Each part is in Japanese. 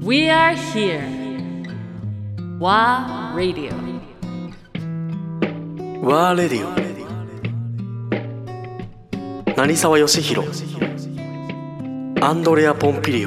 We are here. WA Radio. WA Radio。成沢義弘、アンドレア・ポンピリオ。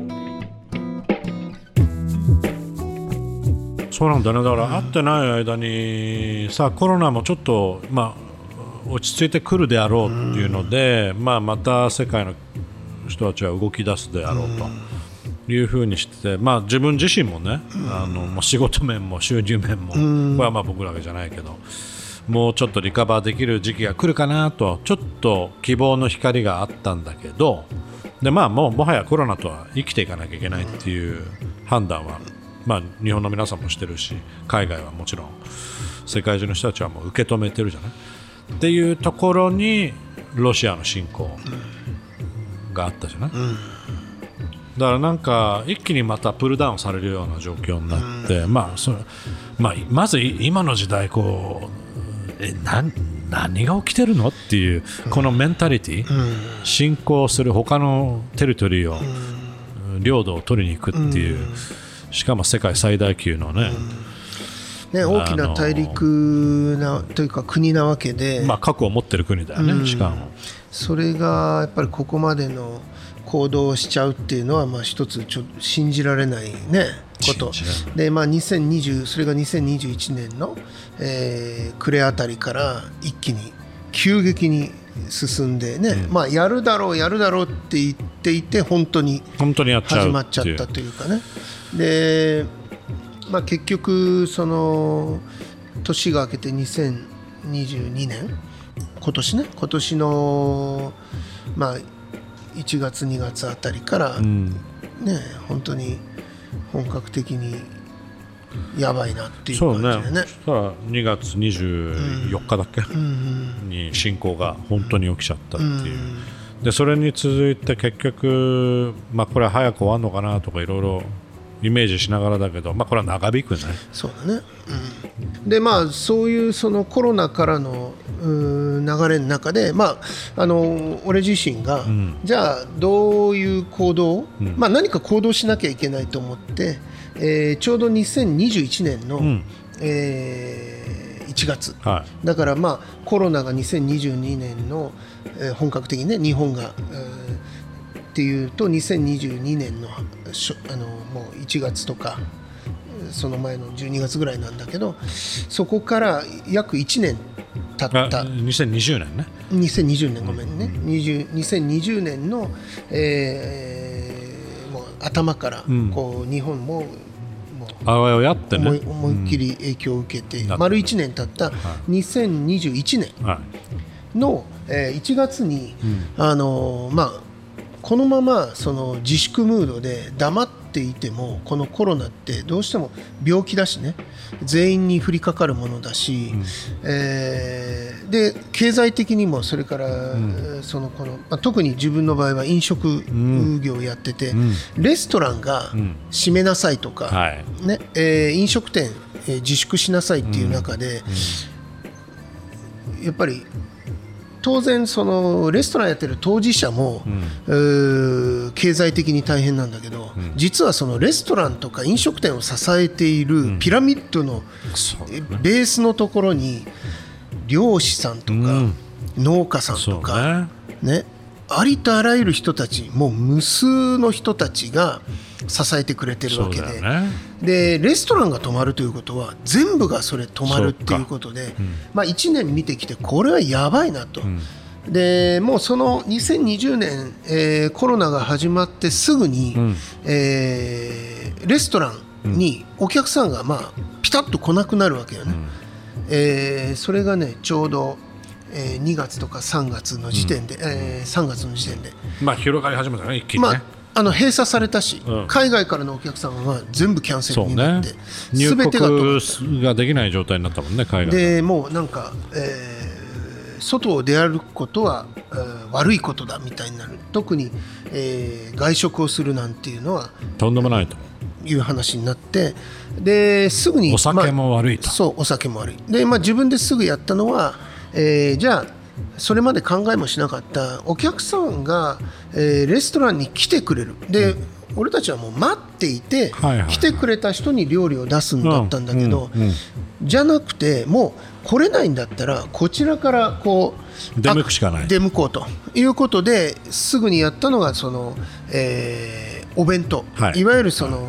そうなんだね。だから会ってない間にさ、コロナもちょっと落ち着いてくるであろうっていうので、また世界の人たちは動き出すであろうというふうにしてて、自分自身もね、仕事面も収入面も、これは僕らだけじゃないけど、もうちょっとリカバーできる時期が来るかなと、ちょっと希望の光があったんだけど、でもはやコロナとは生きていかなきゃいけないっていう判断は、日本の皆さんもしてるし、海外はもちろん世界中の人たちはもう受け止めてるじゃないっていうところにロシアの侵攻があったじゃない、だからなんか一気にまたプルダウンされるような状況になって、まず今の時代何が起きてるのっていうこのメンタリティ、侵攻する他のテリトリーを、領土を取りに行くっていう、しかも世界最大級のね、 大きな大陸というか国なわけで、 核を持ってる国だよね、しかもそれがやっぱりここまでの行動をしちゃうっていうのは一つ信じられないことで、それが2021年の、暮れあたりから一気に急激に進んでね、やるだろうって言っていて本当に始まっちゃったというかね。で、結局その年が明けて2022年今年の1月2月あたりから、本当に本格的にやばいなっていう感じでね。 そしたら2月24日だっけ、に侵攻が本当に起きちゃったっていう、でそれに続いて結局、これは早く終わるのかなとかいろいろイメージしながらだけど、これは長引くね。 そうだね、でそういうそのコロナからの流れの中で、俺自身が、じゃあどういう行動を、何か行動しなきゃいけないと思って、ちょうど2021年の、1月、だからコロナが2022年の、本格的にね日本が、っていうと2022年のもう1月とかその前の12月ぐらいなんだけど、そこから約1年経った 2020年ね 2020年ごめんね、2020年の、もう頭からこう日本もあわよやってね思いっきり影響を受けて、丸1年経った2021年の1月にこのままその自粛ムードで黙っていても、このコロナってどうしても病気だしね、全員に降りかかるものだし、で経済的にもそれから、特に自分の場合は飲食業をやってて、レストランが閉めなさいとか、飲食店自粛しなさいっていう中で、やっぱり当然そのレストランやってる当事者も、経済的に大変なんだけど、実はそのレストランとか飲食店を支えているピラミッドのベースのところに漁師さんとか農家さんとか、ありとあらゆる人たち、もう無数の人たちが支えてくれてるわけで、でレストランが止まるということは全部がそれ止まるっていうことで、1年見てきてこれはやばいなと、でもうその2020年、コロナが始まってすぐに、レストランにお客さんがピタッと来なくなるわけよね、それがねちょうど2月とか3月の時点で、3月の時点で広がり始めたね、一気にね。 閉鎖されたし、海外からのお客さんは全部キャンセルになって、 入国ができない状態になったもんね、海外でもうなんか、外を出歩くことは、悪いことだみたいになる。特に、外食をするなんていうのはとんでもないという話になって、ですぐにお酒も悪いと、 そうお酒も悪いで、自分ですぐやったのは、じゃあそれまで考えもしなかったお客さんが、レストランに来てくれるで、 俺たちはもう待っていて、 はいはい、 来てくれた人に料理を出すんだったんだけど、 うんじゃなくてもう来れないんだったらこちらからこう出向くしかない、 出向こうということですぐにやったのがその、お弁当、いわゆるその、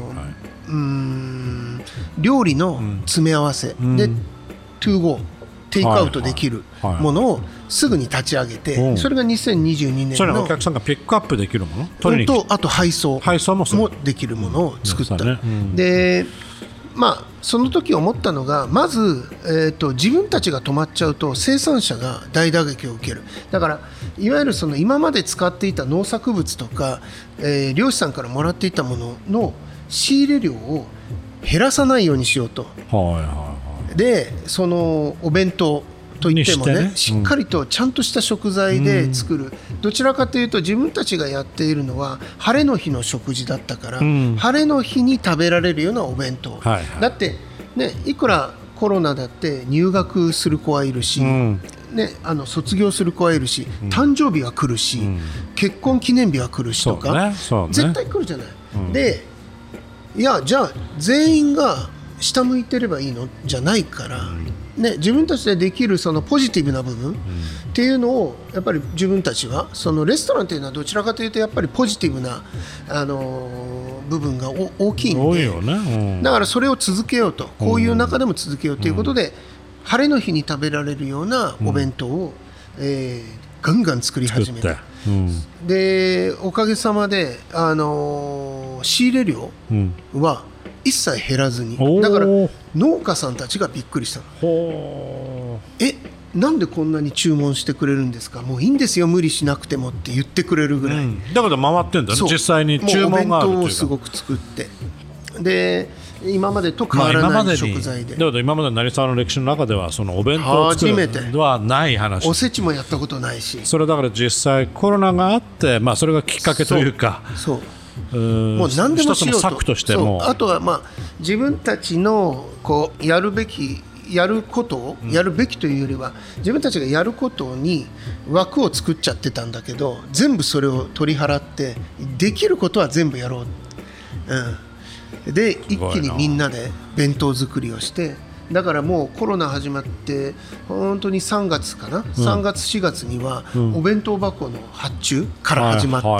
料理の詰め合わせで、トゥーゴーテイクアウトできるものをすぐに立ち上げて、それが2022年のそれはお客さんがピックアップできるもの取りにと、あと配送もできるものを作った、でその時思ったのがまず、自分たちが止まっちゃうと生産者が大打撃を受ける。だからいわゆるその今まで使っていた農作物とか、漁師さんからもらっていたものの仕入れ量を減らさないようにしようと、でそのお弁当といってもね、しっかりとちゃんとした食材で作る、どちらかというと自分たちがやっているのは晴れの日の食事だったから、晴れの日に食べられるようなお弁当、だってね、いくらコロナだって入学する子はいるし、卒業する子はいるし、誕生日は来るし、結婚記念日は来るしとか、絶対来るじゃない、でいやじゃあ全員が下向いてればいいのじゃないから、自分たちでできるそのポジティブな部分っていうのをやっぱり自分たちはそのレストランというのはどちらかというとやっぱりポジティブな、部分が大きいんで、だからそれを続けようと、こういう中でも続けようということで、晴れの日に食べられるようなお弁当を、ガンガン作り始めた。でおかげさまで、仕入れ量は一切減らずに、だから農家さんたちがびっくりしたの。なんでこんなに注文してくれるんですか、もういいんですよ無理しなくてもって言ってくれるぐらい、 だから回ってんだね、実際に注文があるというか、 お弁当をすごく作って、で今までと変わらない食材で、 だから今までの成沢の歴史の中ではそのお弁当を作るはない話、 おせちもやったことないし、 それだから実際コロナがあって、それがきっかけというか、 もう何でもしようと、 策としても、 あとは自分たちのこうやるべきやることをやるべきというよりは、自分たちがやることに枠を作っちゃってたんだけど、全部それを取り払ってできることは全部やろう、で一気にみんなで弁当作りをして、だからもうコロナ始まって本当に3月かな、3月4月にはお弁当箱の発注から始まって、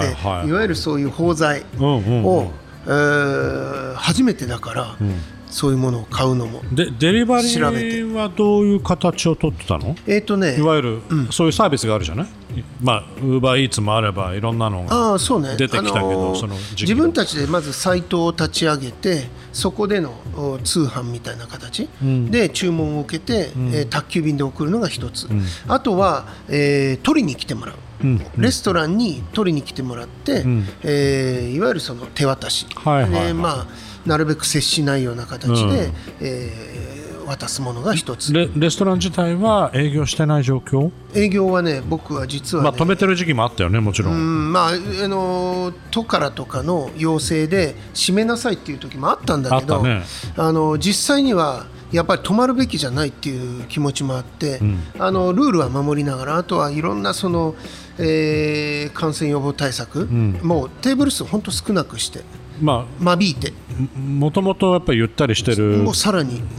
いわゆるそういう包材を初めてだから、そういうものを買うのもでデリバリーはどういう形を取ってたの？いわゆる、そういうサービスがあるじゃない、ウーバーイーツもあればいろんなのが出てきたけど、その自分たちでまずサイトを立ち上げて、そこでの通販みたいな形で注文を受けて、宅急便で送るのが一つ、あとは、取りに来てもらう、レストランに取りに来てもらって、いわゆるその手渡し、なるべく接しないような形で、渡すものが一つ。 レストラン自体は営業してない状況？ 営業はね、僕は実はね、 止めてる時期もあったよね、もちろん。 都からとかの要請で閉めなさいっていう時もあったんだけど、実際にはやっぱり止まるべきじゃないっていう気持ちもあって、ルールは守りながら、あとはいろんなその、感染予防対策、もうテーブル数本当少なくして、間引いて、 もともとやっぱりゆったりしてる、 もうさらに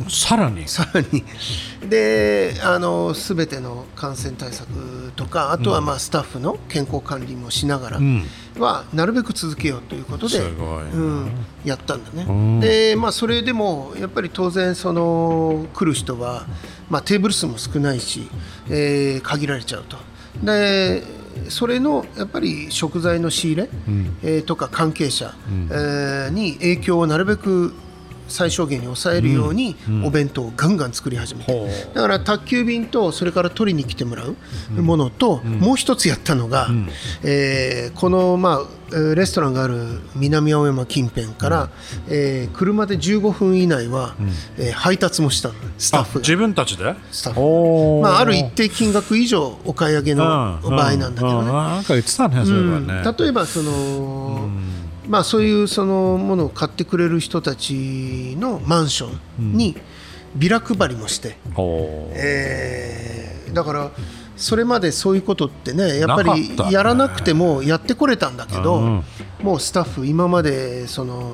で、全ての感染対策とか、あとはスタッフの健康管理もしながらはなるべく続けようということで、やったんだね。で、それでもやっぱり当然その来る人は、テーブル数も少ないし、限られちゃうと。でそれのやっぱり食材の仕入れ、とか関係者、に影響をなるべく最小限に抑えるようにお弁当をガンガン作り始めて、だから宅急便とそれから取りに来てもらうものと、もう一つやったのが、このレストランがある南青山近辺から、車で15分以内は、配達もしたの、スタッフが。 自分たちでスタッフ、ある一定金額以上お買い上げの場合なんだけどね、 なんか言ってたね、それはね。 例えばその、そういうそのものを買ってくれる人たちのマンションにビラ配りもして、だからそれまでそういうことってね、やっぱりやらなくてもやってこれたんだけど、 もうスタッフ今までその、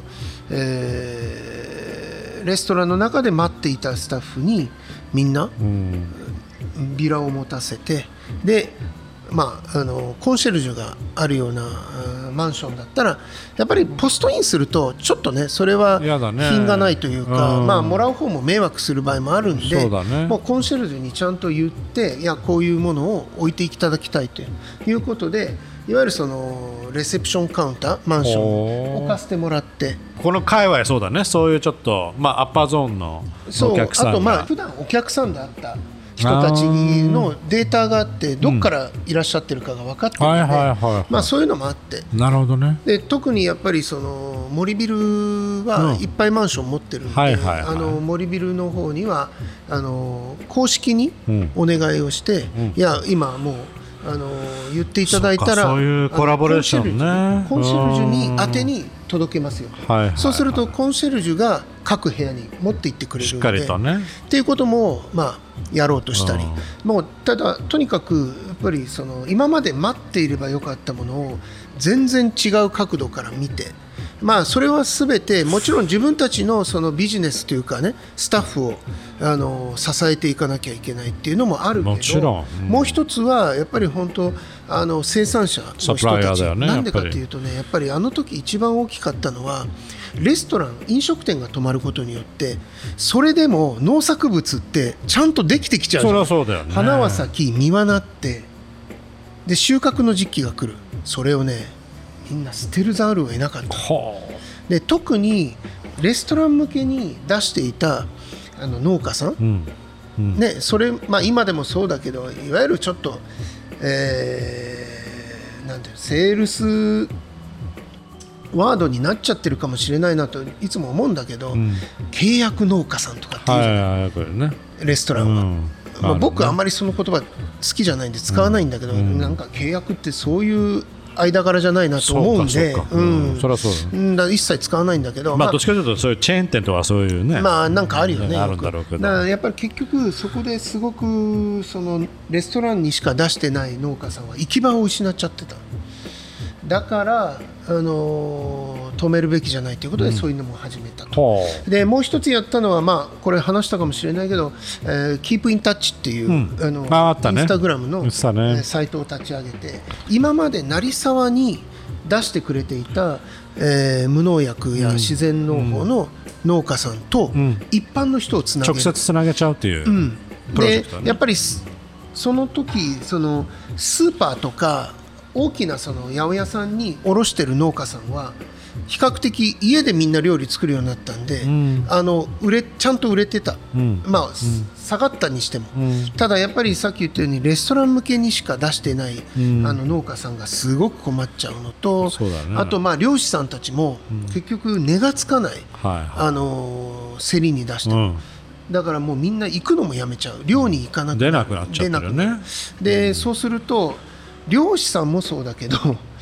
レストランの中で待っていたスタッフにみんなビラを持たせて、でコンシェルジュがあるようなマンションだったらやっぱりポストインするとちょっとねそれは品がないというか、もらう方も迷惑する場合もあるんで、もうコンシェルジュにちゃんと言って、いやこういうものを置いていただきたいということで、いわゆるそのレセプションカウンターマンションを置かせてもらって、 この界隈そうだね、そういうちょっと、アッパーゾーンのお客さんが、 あと普段お客さんであった人たちのデータがあって、どこからいらっしゃってるかが分かってるので、そういうのもあって、なるほどね。で特にやっぱりその森ビルはいっぱいマンション持ってるんで、森ビルの方には公式にお願いをして、いや今もう言っていただいたら、 そういうコラボレーションね、 コンシェルジュに宛てに届けますよ、そうするとコンシェルジュが各部屋に持って行ってくれるので、しっかりとねっていうこともやろうとしたり、もうただとにかくやっぱりその今まで待っていればよかったものを全然違う角度から見て、それは全てもちろん自分たちのそのビジネスというかね、スタッフを支えていかなきゃいけないっていうのもあるけど、もう一つはやっぱり本当生産者の人たち、なんでかっていうとね、やっぱりあの時一番大きかったのはレストラン飲食店が止まることによって、それでも農作物ってちゃんとできてきちゃうじゃん。 そうだよね、 花は咲き実はなって、で収穫の時期が来る、それをねみんな捨てるざるを得なかった。で特にレストラン向けに出していた農家さん、ね、それ、今でもそうだけど、いわゆるちょっと、なんていうセールスワードになっちゃってるかもしれないなといつも思うんだけど、契約農家さんとかっていうじゃない、レストランは、僕あんまりその言葉好きじゃないんで使わないんだけど、なんか契約ってそういう間柄じゃないなと思うんで、 そりゃそうだ、一切使わないんだけど、 どっちかというとそういうチェーン店とかそういうね、 なんかあるよね、 あるんだろうけど、 だからやっぱり結局そこですごくそのレストランにしか出してない農家さんは行き場を失っちゃってた。だから止めるべきじゃないということで、そういうのも始めたと。でもう一つやったのは、これ話したかもしれないけど、Keep in Touch っていう、インスタグラムのサイトを立ち上げて、今まで成沢に出してくれていた、無農薬や自然農法の農家さんと一般の人をつなげる、 直接つなげちゃうっていうプロジェクトね。 でやっぱりその時そのスーパーとか大きなその八百屋さんに卸してる農家さんは比較的家でみんな料理作るようになったんで、ちゃんと売れてた、下がったにしても、ただやっぱりさっき言ったようにレストラン向けにしか出してない、農家さんがすごく困っちゃうのと、あと漁師さんたちも結局値がつかない、競りに出しても、だからもうみんな行くのもやめちゃう、漁に行かなくなる、 出なくなっちゃってるね。 でそうすると漁師さんもそうだけど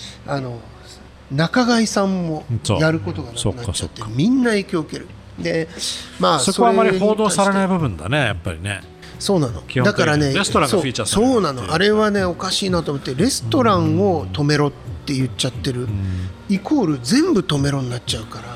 仲買さんもやることがなくなっちゃって、みんな影響を受ける。でそこはあまり報道されない部分だね、やっぱりね。 そうなの。だからね、 レストランがフィーチャーされる。 そうなの。あれはねおかしいなと思って、レストランを止めろって言っちゃってる、イコール全部止めろになっちゃうから、